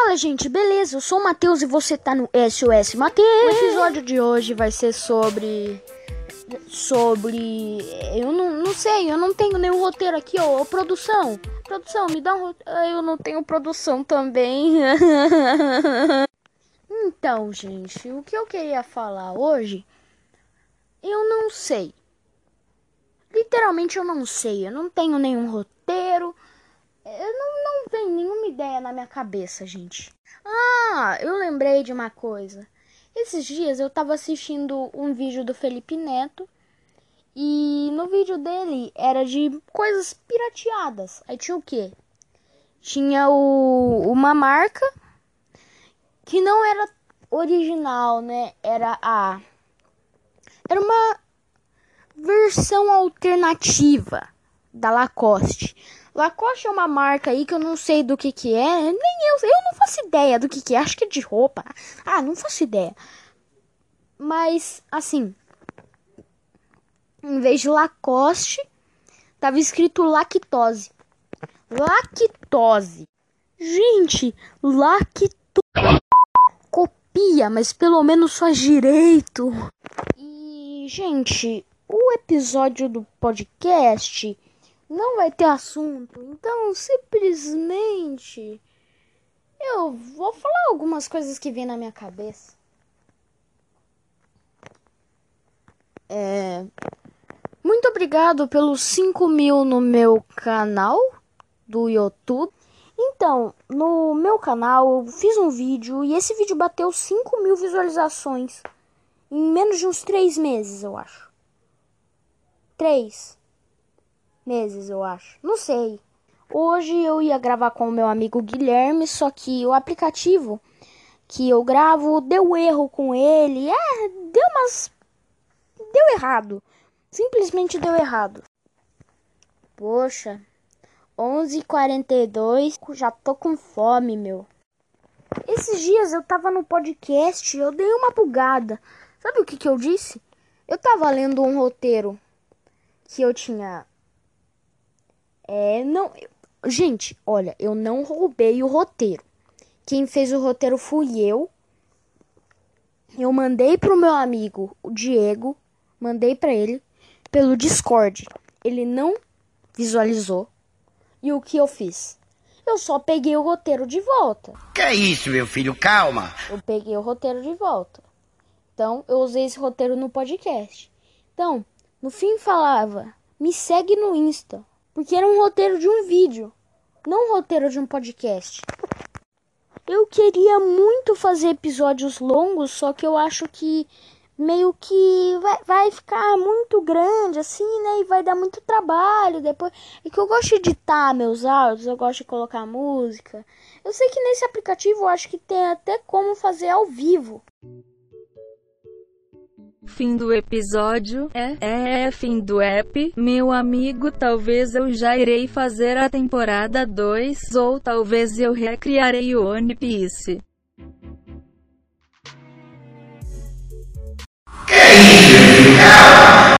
Fala, gente, beleza? Eu sou o Matheus e você tá no SOS Matheus. O episódio de hoje vai ser sobre... Eu não sei, eu não tenho nenhum roteiro aqui, ó. Produção, me dá um roteiro. Eu não tenho produção também. Então, gente, o que eu queria falar hoje, eu não sei. Literalmente eu não sei, eu não tenho nenhum roteiro. Não vem nenhuma ideia na minha cabeça, gente. Eu lembrei de uma coisa. Esses dias eu tava assistindo um vídeo do Felipe Neto. E no vídeo dele era de coisas pirateadas. Aí tinha o quê? Tinha uma marca que não era original, né? Era uma versão alternativa da Lacoste. Lacoste é uma marca aí que eu não sei do que é. Nem eu não faço ideia do que é. Acho que é de roupa. Não faço ideia. Mas, assim, em vez de Lacoste, tava escrito lactose. Lactose. Gente, lactose. Copia, mas pelo menos faz direito. E, gente, o episódio do podcast não vai ter assunto, então simplesmente eu vou falar algumas coisas que vem na minha cabeça. Muito obrigado pelos 5.000 no meu canal do YouTube. Então, no meu canal eu fiz um vídeo e esse vídeo bateu 5.000 visualizações em menos de uns 3 meses, eu acho. 3 meses, eu acho. Não sei. Hoje eu ia gravar com o meu amigo Guilherme, só que o aplicativo que eu gravo deu erro com ele. Deu errado. Simplesmente deu errado. Poxa, 11h42, já tô com fome, meu. Esses dias eu tava no podcast e eu dei uma bugada. Sabe o que eu disse? Eu tava lendo um roteiro que eu tinha... Gente, olha, eu não roubei o roteiro. Quem fez o roteiro fui eu. Eu mandei pro meu amigo, o Diego. Mandei pra ele pelo Discord. Ele não visualizou. E o que eu fiz? Eu só peguei o roteiro de volta. Que é isso, meu filho? Calma. Eu peguei o roteiro de volta. Então, eu usei esse roteiro no podcast. Então, no fim falava, me segue no Insta. Porque era um roteiro de um vídeo, não um roteiro de um podcast. Eu queria muito fazer episódios longos, só que eu acho que meio que vai ficar muito grande, assim, né? E vai dar muito trabalho depois. É que eu gosto de editar meus áudios, eu gosto de colocar música. Eu sei que nesse aplicativo eu acho que tem até como fazer ao vivo. Fim do episódio, fim do app, meu amigo, talvez eu já irei fazer a temporada 2, ou talvez eu recriarei o One Piece. Que é isso, meu filho? Calma.